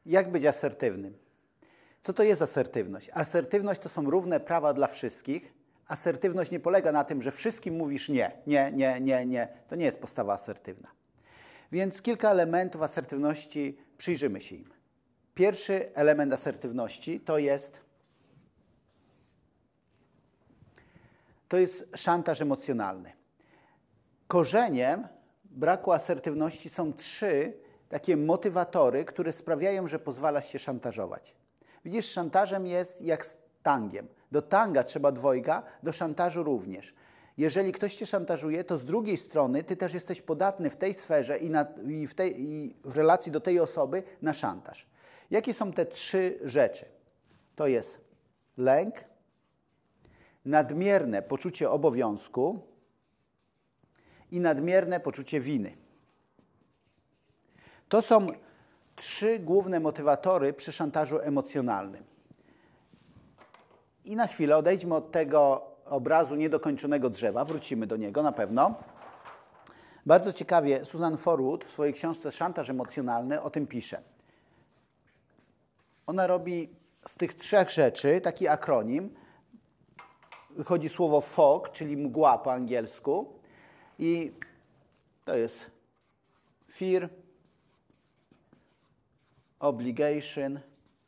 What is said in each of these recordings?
Jak być asertywnym? Co to jest asertywność? Asertywność to są równe prawa dla wszystkich. Asertywność nie polega na tym, że wszystkim mówisz nie, nie, nie, nie, nie. To nie jest postawa asertywna. Więc kilka elementów asertywności, przyjrzymy się im. Pierwszy element asertywności to jest szantaż emocjonalny. Korzeniem braku asertywności są 3 takie motywatory, które sprawiają, że pozwalasz się szantażować. Widzisz, szantażem jest jak z tangiem. Do tanga trzeba dwojga, do szantażu również. Jeżeli ktoś cię szantażuje, to z drugiej strony ty też jesteś podatny w tej sferze i w relacji do tej osoby na szantaż. Jakie są te 3 rzeczy? To jest lęk, nadmierne poczucie obowiązku i nadmierne poczucie winy. To są 3 główne motywatory przy szantażu emocjonalnym. I na chwilę odejdźmy od tego obrazu niedokończonego drzewa, wrócimy do niego na pewno. Bardzo ciekawie Susan Forward w swojej książce Szantaż emocjonalny o tym pisze. Ona robi z tych 3 rzeczy taki akronim. Wychodzi słowo fog, czyli mgła po angielsku. I to jest fear, obligation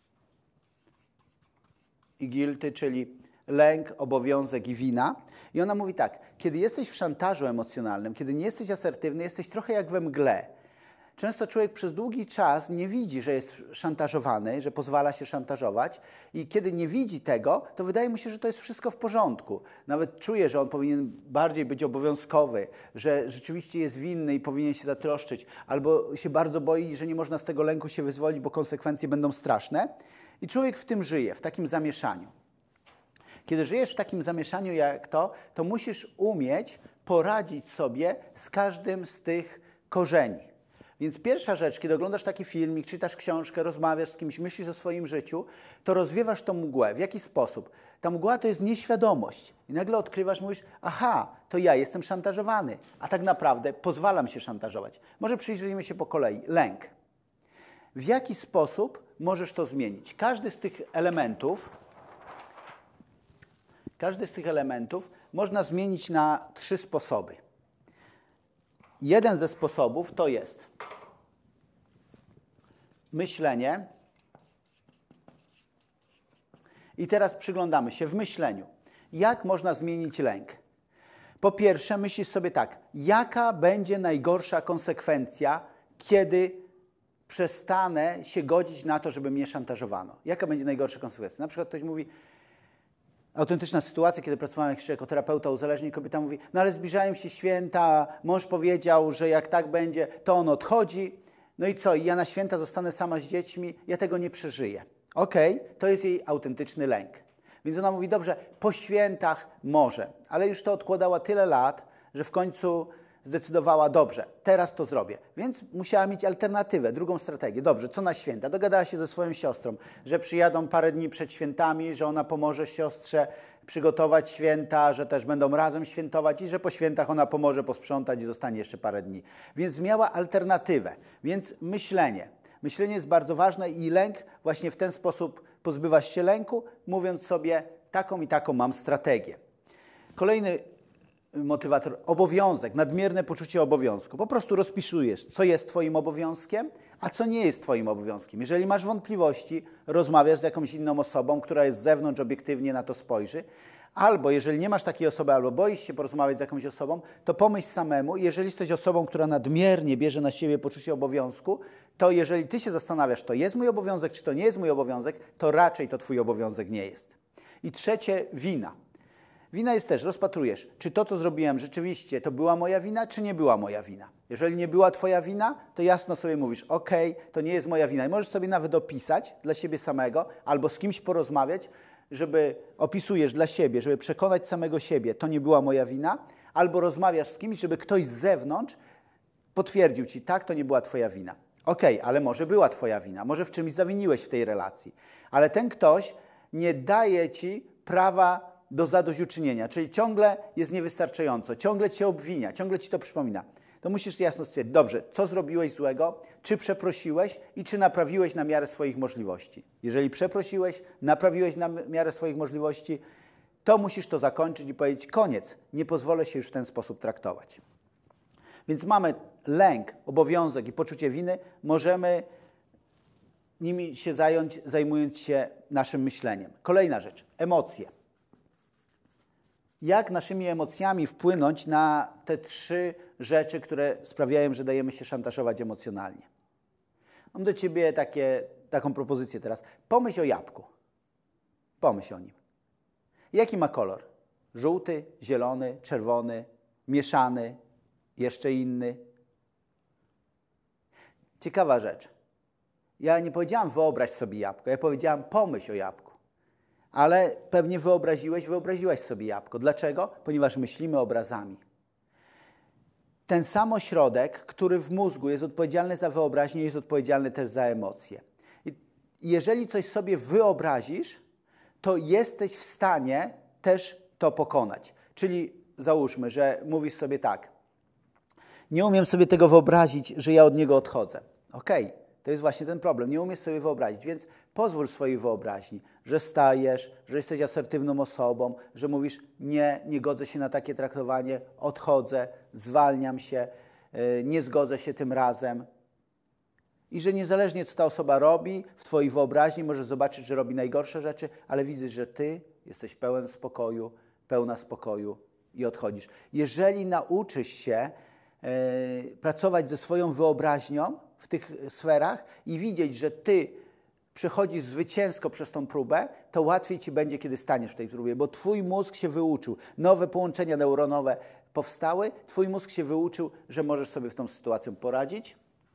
i guilty, czyli lęk, obowiązek i wina. I ona mówi tak, kiedy jesteś w szantażu emocjonalnym, kiedy nie jesteś asertywny, jesteś trochę jak we mgle. Często człowiek przez długi czas nie widzi, że jest szantażowany, że pozwala się szantażować i kiedy nie widzi tego, to wydaje mu się, że to jest wszystko w porządku. Nawet czuje, że on powinien bardziej być obowiązkowy, że rzeczywiście jest winny i powinien się zatroszczyć, albo się bardzo boi, że nie można z tego lęku się wyzwolić, bo konsekwencje będą straszne. I człowiek w tym żyje, w takim zamieszaniu. Kiedy żyjesz w takim zamieszaniu jak to musisz umieć poradzić sobie z każdym z tych korzeni. Więc pierwsza rzecz, kiedy oglądasz taki filmik, czytasz książkę, rozmawiasz z kimś, myślisz o swoim życiu, to rozwiewasz tą mgłę. W jaki sposób? Ta mgła to jest nieświadomość. I nagle odkrywasz, mówisz, aha, to ja jestem szantażowany, a tak naprawdę pozwalam się szantażować. Może przyjrzyjmy się po kolei. Lęk. W jaki sposób możesz to zmienić? Każdy z tych elementów można zmienić na 3 sposoby. Jeden ze sposobów to jest myślenie. I teraz przyglądamy się w myśleniu. Jak można zmienić lęk? Po pierwsze, myślisz sobie tak, jaka będzie najgorsza konsekwencja, kiedy przestanę się godzić na to, żeby mnie szantażowano? Jaka będzie najgorsza konsekwencja? Na przykład ktoś mówi, autentyczna sytuacja, kiedy pracowałem jako terapeuta uzależnień, kobieta mówi, no ale zbliżają się święta, mąż powiedział, że jak tak będzie, to on odchodzi. No i co? I ja na święta zostanę sama z dziećmi, ja tego nie przeżyję. Okej, to jest jej autentyczny lęk. Więc ona mówi, dobrze, po świętach może, ale już to odkładała tyle lat, że w końcu zdecydowała, dobrze, teraz to zrobię. Więc musiała mieć alternatywę, drugą strategię. Dobrze, co na święta? Dogadała się ze swoją siostrą, że przyjadą parę dni przed świętami, że ona pomoże siostrze przygotować święta, że też będą razem świętować i że po świętach ona pomoże posprzątać i zostanie jeszcze parę dni. Więc miała alternatywę. Więc myślenie. Myślenie jest bardzo ważne i lęk właśnie w ten sposób pozbywasz się lęku, mówiąc sobie taką i taką mam strategię. Kolejny motywator, obowiązek, nadmierne poczucie obowiązku. Po prostu rozpisujesz, co jest twoim obowiązkiem, a co nie jest twoim obowiązkiem. Jeżeli masz wątpliwości, rozmawiasz z jakąś inną osobą, która jest z zewnątrz, obiektywnie na to spojrzy, albo jeżeli nie masz takiej osoby, albo boisz się porozmawiać z jakąś osobą, to pomyśl samemu, jeżeli jesteś osobą, która nadmiernie bierze na siebie poczucie obowiązku, to jeżeli ty się zastanawiasz, to jest mój obowiązek, czy to nie jest mój obowiązek, to raczej to twój obowiązek nie jest. I trzecie, wina. Wina jest też, rozpatrujesz, czy to, co zrobiłem rzeczywiście, to była moja wina, czy nie była moja wina. Jeżeli nie była twoja wina, to jasno sobie mówisz, okej, to nie jest moja wina. I możesz sobie nawet opisać dla siebie samego albo z kimś porozmawiać, żeby opisujesz dla siebie, żeby przekonać samego siebie, to nie była moja wina, albo rozmawiasz z kimś, żeby ktoś z zewnątrz potwierdził ci, tak, to nie była twoja wina. Okej, ale może była twoja wina, może w czymś zawiniłeś w tej relacji, ale ten ktoś nie daje ci prawa do zadośćuczynienia, czyli ciągle jest niewystarczająco, ciągle cię obwinia, ciągle ci to przypomina. to musisz jasno stwierdzić, dobrze, co zrobiłeś złego, czy przeprosiłeś i czy naprawiłeś na miarę swoich możliwości. Jeżeli przeprosiłeś, naprawiłeś na miarę swoich możliwości, to musisz to zakończyć i powiedzieć, koniec, nie pozwolę się już w ten sposób traktować. Więc mamy lęk, obowiązek i poczucie winy, możemy nimi się zająć, zajmując się naszym myśleniem. Kolejna rzecz, emocje. Jak naszymi emocjami wpłynąć na te 3 rzeczy, które sprawiają, że dajemy się szantażować emocjonalnie? Mam do Ciebie taką propozycję teraz. Pomyśl o jabłku. Pomyśl o nim. Jaki ma kolor? Żółty, zielony, czerwony, mieszany, jeszcze inny. Ciekawa rzecz. Ja nie powiedziałam wyobraź sobie jabłko, ja powiedziałam pomyśl o jabłku. Ale pewnie wyobraziłaś sobie jabłko. Dlaczego? Ponieważ myślimy obrazami. Ten sam ośrodek, który w mózgu jest odpowiedzialny za wyobraźnię, jest odpowiedzialny też za emocje. I jeżeli coś sobie wyobrazisz, to jesteś w stanie też to pokonać. Czyli załóżmy, że mówisz sobie tak, nie umiem sobie tego wyobrazić, że ja od niego odchodzę. Okej, to jest właśnie ten problem, nie umiesz sobie wyobrazić, więc pozwól swojej wyobraźni, że stajesz, że jesteś asertywną osobą, że mówisz nie godzę się na takie traktowanie, odchodzę, zwalniam się, nie zgodzę się tym razem. I że niezależnie co ta osoba robi, w twojej wyobraźni możesz zobaczyć, że robi najgorsze rzeczy, ale widzisz, że ty jesteś pełen spokoju, pełna spokoju i odchodzisz. Jeżeli nauczysz się pracować ze swoją wyobraźnią w tych sferach i widzieć, że ty przechodzisz zwycięsko przez tą próbę, to łatwiej ci będzie, kiedy staniesz w tej próbie, bo twój mózg się wyuczył, nowe połączenia neuronowe powstały, twój mózg się wyuczył, że możesz sobie w tą sytuacją poradzić.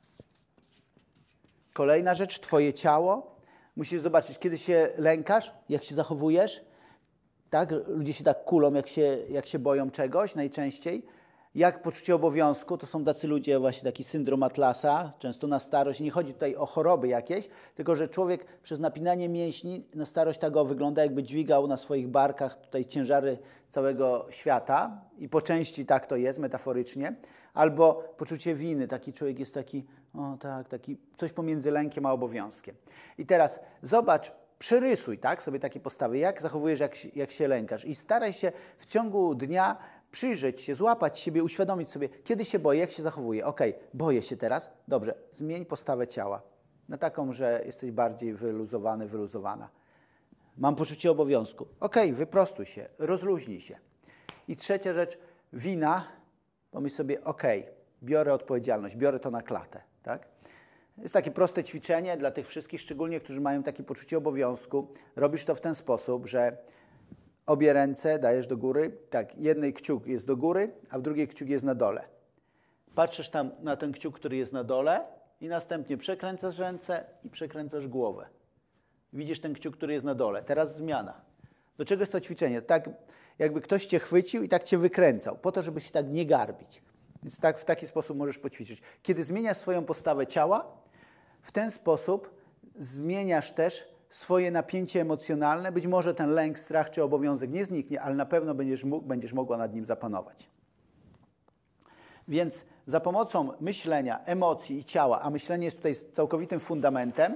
Kolejna rzecz, twoje ciało. Musisz zobaczyć, kiedy się lękasz, jak się zachowujesz. Tak? Ludzie się tak kulą, jak się boją czegoś najczęściej. Jak poczucie obowiązku, to są tacy ludzie, właśnie taki syndrom Atlasa, często na starość. Nie chodzi tutaj o choroby jakieś, tylko że człowiek przez napinanie mięśni na starość tak wygląda, jakby dźwigał na swoich barkach tutaj ciężary całego świata i po części tak to jest, metaforycznie. Albo poczucie winy, taki człowiek jest taki, taki coś pomiędzy lękiem a obowiązkiem. I teraz zobacz, przyrysuj sobie takie postawy, jak zachowujesz, jak się lękasz i staraj się w ciągu dnia przyjrzeć się, złapać siebie, uświadomić sobie, kiedy się boję, jak się zachowuję. Okej, boję się teraz, dobrze, zmień postawę ciała na taką, że jesteś bardziej wyluzowany, wyluzowana. Mam poczucie obowiązku. Okej, wyprostuj się, rozluźnij się. I trzecia rzecz, wina, pomyśl sobie, biorę odpowiedzialność, biorę to na klatę. Tak? Jest takie proste ćwiczenie dla tych wszystkich, szczególnie, którzy mają takie poczucie obowiązku. Robisz to w ten sposób, że obie ręce dajesz do góry, tak, jednej kciuk jest do góry, a w drugiej kciuk jest na dole. Patrzysz tam na ten kciuk, który jest na dole i następnie przekręcasz ręce i przekręcasz głowę. Widzisz ten kciuk, który jest na dole. Teraz zmiana. Do czego jest to ćwiczenie? Tak jakby ktoś cię chwycił i tak cię wykręcał, po to, żeby się tak nie garbić. Więc w taki sposób możesz poćwiczyć. Kiedy zmieniasz swoją postawę ciała, w ten sposób zmieniasz też swoje napięcie emocjonalne. Być może ten lęk, strach czy obowiązek nie zniknie, ale na pewno będziesz mogła nad nim zapanować. Więc za pomocą myślenia, emocji i ciała, a myślenie jest tutaj całkowitym fundamentem,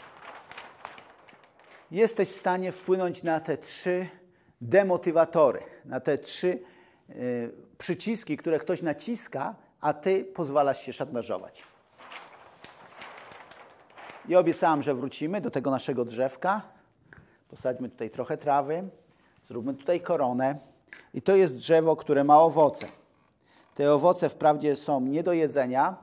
jesteś w stanie wpłynąć na te 3 demotywatory, na te 3 przyciski, które ktoś naciska, a ty pozwalasz się szantażować. I obiecałam, że wrócimy do tego naszego drzewka. Posadźmy tutaj trochę trawy, zróbmy tutaj koronę. I to jest drzewo, które ma owoce. Te owoce wprawdzie są nie do jedzenia,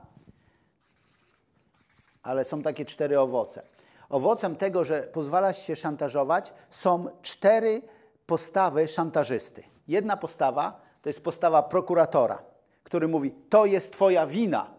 ale są takie 4 owoce. Owocem tego, że pozwalasz się szantażować, są 4 postawy szantażysty. Jedna postawa to jest postawa prokuratora, który mówi, to jest twoja wina.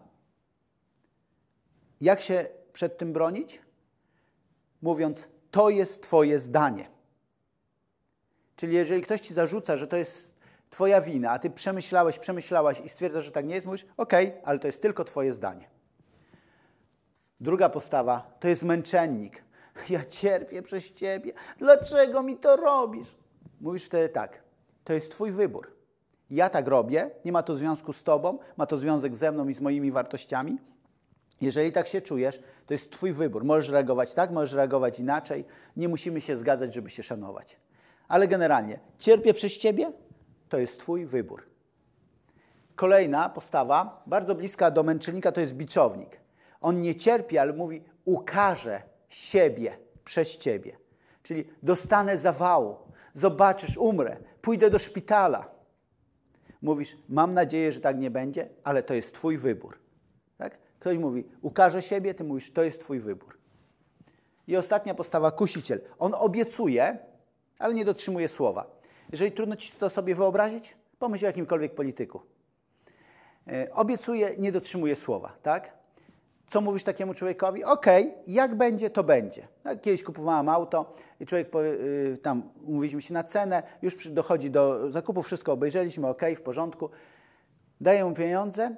Jak się przed tym bronić? Mówiąc, to jest twoje zdanie. Czyli jeżeli ktoś ci zarzuca, że to jest twoja wina, a ty przemyślałaś i stwierdzasz, że tak nie jest, mówisz, ale to jest tylko twoje zdanie. Druga postawa to jest męczennik. Ja cierpię przez ciebie. Dlaczego mi to robisz? Mówisz wtedy tak, to jest twój wybór. Ja tak robię, nie ma to związku z tobą, ma to związek ze mną i z moimi wartościami. Jeżeli tak się czujesz, to jest twój wybór. Możesz reagować tak, możesz reagować inaczej. Nie musimy się zgadzać, żeby się szanować. Ale generalnie, cierpię przez ciebie, to jest twój wybór. Kolejna postawa, bardzo bliska do męczennika, to jest biczownik. On nie cierpi, ale mówi, ukażę siebie przez ciebie. Czyli dostanę zawału, zobaczysz, umrę, pójdę do szpitala. Mówisz, mam nadzieję, że tak nie będzie, ale to jest twój wybór. Tak? Ktoś mówi, ukaże siebie, ty mówisz, to jest twój wybór. I ostatnia postawa, kusiciel. On obiecuje, ale nie dotrzymuje słowa. Jeżeli trudno ci to sobie wyobrazić, pomyśl o jakimkolwiek polityku. Obiecuje, nie dotrzymuje słowa, tak? Co mówisz takiemu człowiekowi? Okej, jak będzie, to będzie. Tak, kiedyś kupowałem auto i człowiek, tam umówiliśmy się na cenę, już dochodzi do zakupu, wszystko obejrzeliśmy, okej, w porządku. Daję mu pieniądze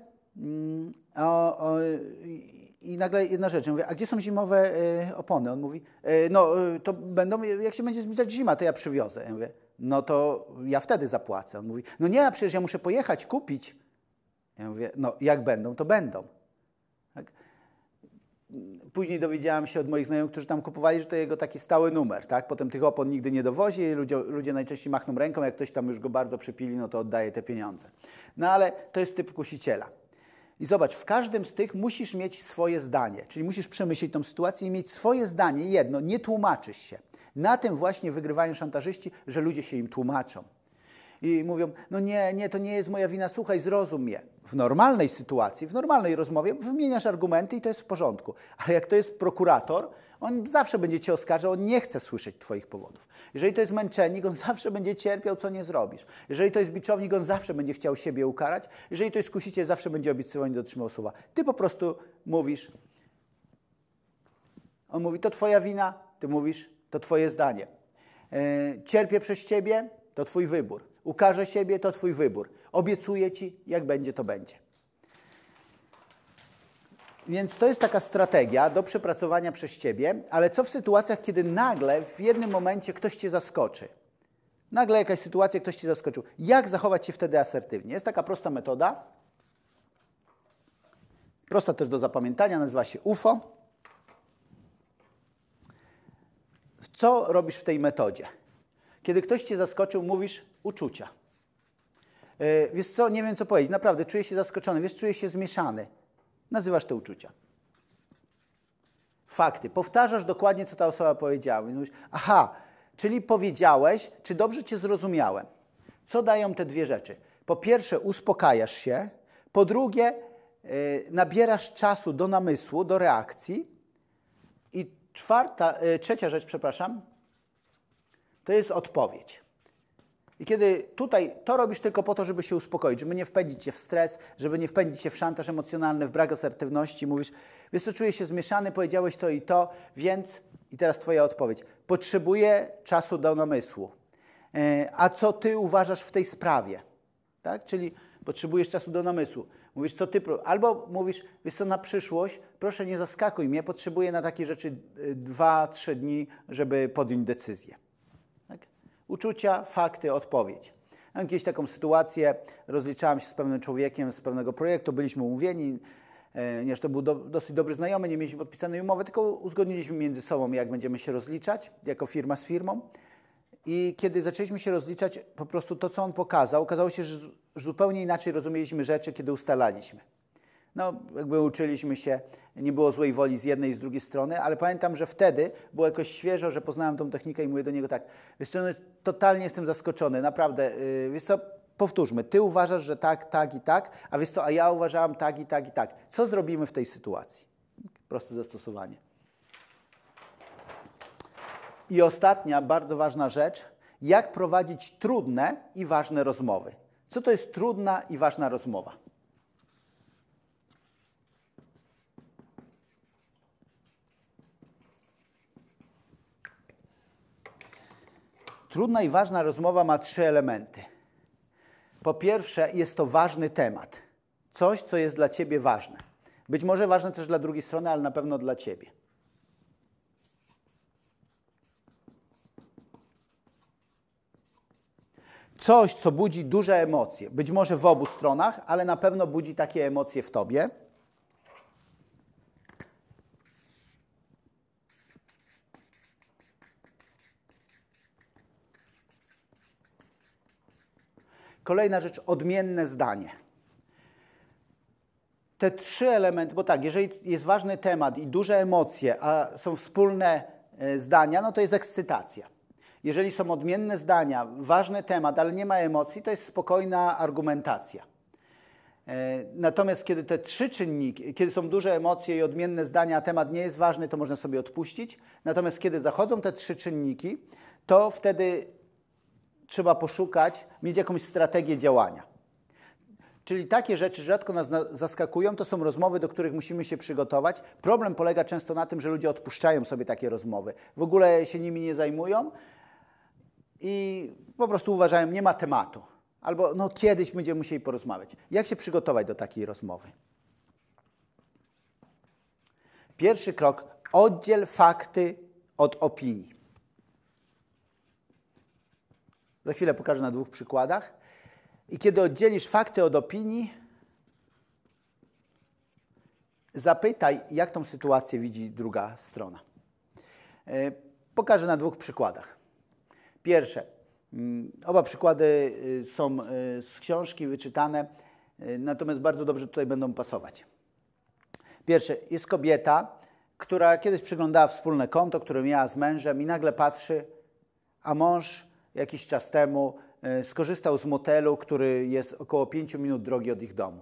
i nagle jedna rzecz. Ja mówię, a gdzie są zimowe opony? On mówi, to będą, jak się będzie zbliżać zima, to ja przywiozę. Ja mówię, no to ja wtedy zapłacę. On mówi, no nie, a przecież ja muszę pojechać, kupić. Ja mówię, no jak będą, to będą. Tak? Później dowiedziałam się od moich znajomych, którzy tam kupowali, że to jego taki stały numer. Tak? Potem tych opon nigdy nie dowozi i ludzie najczęściej machną ręką, jak ktoś tam już go bardzo przypili, no to oddaje te pieniądze. No ale to jest typ kusiciela. I zobacz, w każdym z tych musisz mieć swoje zdanie, czyli musisz przemyśleć tą sytuację i mieć swoje zdanie. Jedno, nie tłumaczysz się. Na tym właśnie wygrywają szantażyści, że ludzie się im tłumaczą. I mówią, no nie, to nie jest moja wina, słuchaj, zrozum mnie. W normalnej sytuacji, w normalnej rozmowie wymieniasz argumenty i to jest w porządku. Ale jak to jest prokurator, on zawsze będzie cię oskarżał, on nie chce słyszeć twoich powodów. Jeżeli to jest męczennik, on zawsze będzie cierpiał, co nie zrobisz. Jeżeli to jest biczownik, on zawsze będzie chciał siebie ukarać. Jeżeli to jest kusiciel, zawsze będzie obiecywał, nie dotrzymał słowa. Ty po prostu mówisz, on mówi, to twoja wina, ty mówisz, to twoje zdanie. Cierpię przez ciebie, to twój wybór. Ukażę siebie, to twój wybór. Obiecuję ci, jak będzie, to będzie. Więc to jest taka strategia do przepracowania przez ciebie, ale co w sytuacjach, kiedy nagle w jednym momencie ktoś cię zaskoczy? Nagle jakaś sytuacja, ktoś cię zaskoczył. Jak zachować się wtedy asertywnie? Jest taka prosta metoda, prosta też do zapamiętania, nazywa się UFO. Co robisz w tej metodzie? Kiedy ktoś cię zaskoczył, mówisz uczucia. Wiesz co, nie wiem co powiedzieć, naprawdę czuję się zaskoczony, wiesz, czuję się zmieszany. Nazywasz te uczucia. Fakty. Powtarzasz dokładnie, co ta osoba powiedziała. Więc mówisz, aha, czyli powiedziałeś, czy dobrze cię zrozumiałem. Co dają te dwie rzeczy? Po pierwsze, uspokajasz się. Po drugie, nabierasz czasu do namysłu, do reakcji. I trzecia rzecz, to jest odpowiedź. I kiedy tutaj to robisz tylko po to, żeby się uspokoić, żeby nie wpędzić cię w stres, żeby nie wpędzić cię w szantaż emocjonalny, w brak asertywności, mówisz, wiesz co, czuję się zmieszany, powiedziałeś to i to, więc, i teraz twoja odpowiedź, potrzebuję czasu do namysłu. A co ty uważasz w tej sprawie? Tak? Czyli potrzebujesz czasu do namysłu. Mówisz, co ty, albo mówisz, wiesz co, na przyszłość, proszę nie zaskakuj mnie, potrzebuję na takie rzeczy 2-3 dni, żeby podjąć decyzję. Uczucia, fakty, odpowiedź. Mam kiedyś taką sytuację, rozliczałem się z pewnym człowiekiem z pewnego projektu, byliśmy umówieni, ponieważ to był dosyć dobry znajomy, nie mieliśmy podpisanej umowy, tylko uzgodniliśmy między sobą, jak będziemy się rozliczać, jako firma z firmą. I kiedy zaczęliśmy się rozliczać, po prostu to, co on pokazał, okazało się, że zupełnie inaczej rozumieliśmy rzeczy, kiedy ustalaliśmy. No, jakby uczyliśmy się, nie było złej woli z jednej i z drugiej strony, ale pamiętam, że wtedy było jakoś świeżo, że poznałem tą technikę i mówię do niego tak, wiesz co, no, totalnie jestem zaskoczony, naprawdę, wiesz co, powtórzmy, ty uważasz, że tak, tak i tak, a wiesz co, a ja uważałam tak i tak i tak. Co zrobimy w tej sytuacji? Proste zastosowanie. I ostatnia, bardzo ważna rzecz, jak prowadzić trudne i ważne rozmowy. Co to jest trudna i ważna rozmowa? Trudna i ważna rozmowa ma 3 elementy. Po pierwsze, jest to ważny temat. Coś, co jest dla ciebie ważne. Być może ważne też dla drugiej strony, ale na pewno dla ciebie. coś, co budzi duże emocje. Być może w obu stronach, ale na pewno budzi takie emocje w tobie. Kolejna rzecz, odmienne zdanie. Te 3 elementy, bo tak, jeżeli jest ważny temat i duże emocje, a są wspólne zdania, no to jest ekscytacja. Jeżeli są odmienne zdania, ważny temat, ale nie ma emocji, to jest spokojna argumentacja. Natomiast kiedy te 3 czynniki, kiedy są duże emocje i odmienne zdania, a temat nie jest ważny, to można sobie odpuścić. Natomiast kiedy zachodzą te 3 czynniki, to wtedy trzeba poszukać, mieć jakąś strategię działania. Czyli takie rzeczy rzadko nas zaskakują, to są rozmowy, do których musimy się przygotować. Problem polega często na tym, że ludzie odpuszczają sobie takie rozmowy. W ogóle się nimi nie zajmują i po prostu uważają, nie ma tematu. Albo no kiedyś będziemy musieli porozmawiać. Jak się przygotować do takiej rozmowy? Pierwszy krok, oddziel fakty od opinii. Za chwilę pokażę na 2 przykładach. I kiedy oddzielisz fakty od opinii, zapytaj, jak tą sytuację widzi druga strona. Pokażę na 2 przykładach. Pierwsze, oba przykłady są z książki wyczytane, natomiast bardzo dobrze tutaj będą pasować. Pierwsze, jest kobieta, która kiedyś przeglądała wspólne konto, które miała z mężem i nagle patrzy, a mąż jakiś czas temu skorzystał z motelu, który jest około 5 minut drogi od ich domu.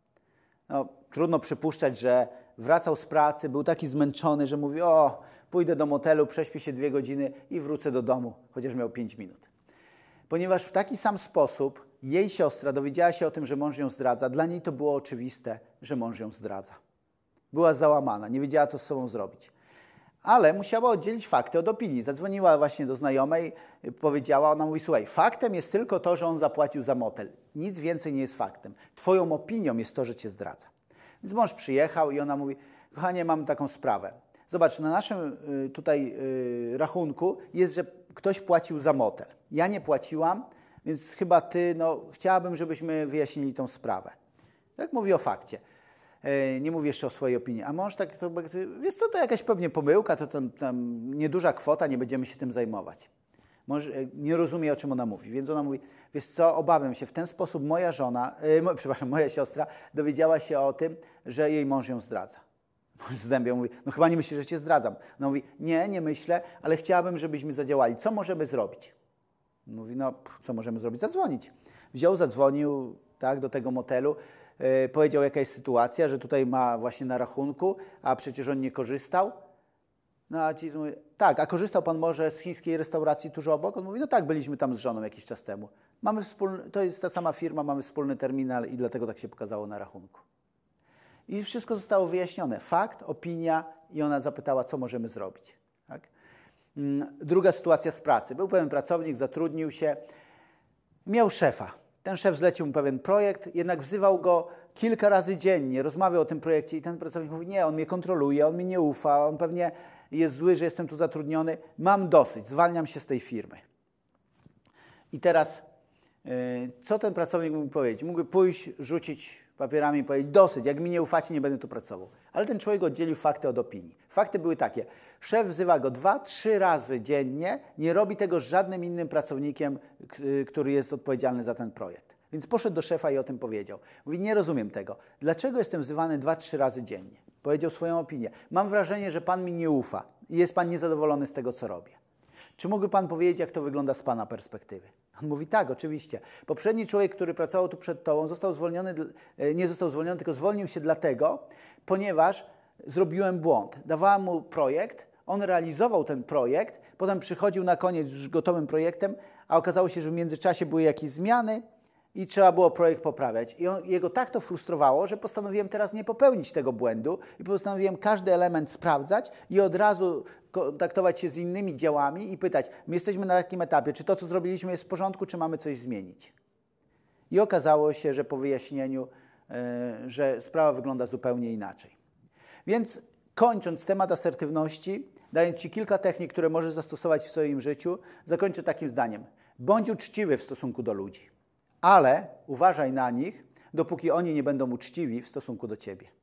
No, trudno przypuszczać, że wracał z pracy, był taki zmęczony, że mówi, o, pójdę do motelu, prześpię się 2 godziny i wrócę do domu, chociaż miał 5 minut. Ponieważ w taki sam sposób jej siostra dowiedziała się o tym, że mąż ją zdradza, dla niej to było oczywiste, że mąż ją zdradza. Była załamana, nie wiedziała, co z sobą zrobić. Ale musiała oddzielić fakty od opinii. Zadzwoniła właśnie do znajomej, powiedziała, ona mówi, słuchaj, faktem jest tylko to, że on zapłacił za motel. Nic więcej nie jest faktem. Twoją opinią jest to, że cię zdradza. Więc mąż przyjechał i ona mówi, kochanie, mam taką sprawę. Zobacz, na naszym tutaj rachunku jest, że ktoś płacił za motel. Ja nie płaciłam, więc chyba ty, no chciałabym, żebyśmy wyjaśnili tą sprawę. Tak mówi o fakcie. Nie mówi jeszcze o swojej opinii. A mąż tak, jest to jakaś pewnie pomyłka, to tam nieduża kwota, nie będziemy się tym zajmować. Mąż nie rozumie, o czym ona mówi, więc ona mówi, wiesz co, obawiam się, w ten sposób moja żona, moja siostra dowiedziała się o tym, że jej mąż ją zdradza. Mąż zdębiał, mówi, no chyba nie myślisz, że cię zdradzam. Ona mówi, nie myślę, ale chciałabym, żebyśmy zadziałali. Co możemy zrobić? Mówi, no co możemy zrobić? Zadzwonić. Wziął, zadzwonił tak, do tego motelu, powiedział, jaka jest sytuacja, że tutaj ma właśnie na rachunku, a przecież on nie korzystał. No a ci mówią, tak, a korzystał pan może z chińskiej restauracji tuż obok? On mówi, no tak, byliśmy tam z żoną jakiś czas temu. Mamy wspólny, to jest ta sama firma, mamy wspólny terminal i dlatego tak się pokazało na rachunku. I wszystko zostało wyjaśnione. Fakt, opinia i ona zapytała, co możemy zrobić. Tak? Druga sytuacja z pracy. Był pewien pracownik, zatrudnił się, miał szefa. Ten szef zlecił mu pewien projekt, jednak wzywał go kilka razy dziennie, rozmawiał o tym projekcie i ten pracownik mówi, nie, on mnie kontroluje, on mi nie ufa, on pewnie jest zły, że jestem tu zatrudniony, mam dosyć, zwalniam się z tej firmy. I teraz, co ten pracownik mógł powiedzieć? Mógłby pójść, rzucić papierami i powiedzieć, dosyć, jak mi nie ufacie, nie będę tu pracował. Ale ten człowiek oddzielił fakty od opinii. Fakty były takie, szef wzywa go 2-3 razy dziennie, nie robi tego z żadnym innym pracownikiem, który jest odpowiedzialny za ten projekt. Więc poszedł do szefa i o tym powiedział. Mówi, nie rozumiem tego. Dlaczego jestem wzywany 2-3 razy dziennie? Powiedział swoją opinię. Mam wrażenie, że pan mi nie ufa i jest pan niezadowolony z tego, co robię. Czy mógłby pan powiedzieć, jak to wygląda z pana perspektywy? On mówi, tak, oczywiście. Poprzedni człowiek, który pracował tu przed tobą, został zwolniony, nie został zwolniony, tylko zwolnił się dlatego, ponieważ zrobiłem błąd. Dawałem mu projekt, on realizował ten projekt, potem przychodził na koniec już gotowym projektem, a okazało się, że w międzyczasie były jakieś zmiany i trzeba było projekt poprawiać. I jego tak to frustrowało, że postanowiłem teraz nie popełnić tego błędu i postanowiłem każdy element sprawdzać i od razu kontaktować się z innymi działami i pytać, my jesteśmy na takim etapie, czy to, co zrobiliśmy jest w porządku, czy mamy coś zmienić. I okazało się, że po wyjaśnieniu, że sprawa wygląda zupełnie inaczej. Więc kończąc temat asertywności, dając ci kilka technik, które możesz zastosować w swoim życiu, zakończę takim zdaniem. Bądź uczciwy w stosunku do ludzi, ale uważaj na nich, dopóki oni nie będą uczciwi w stosunku do ciebie.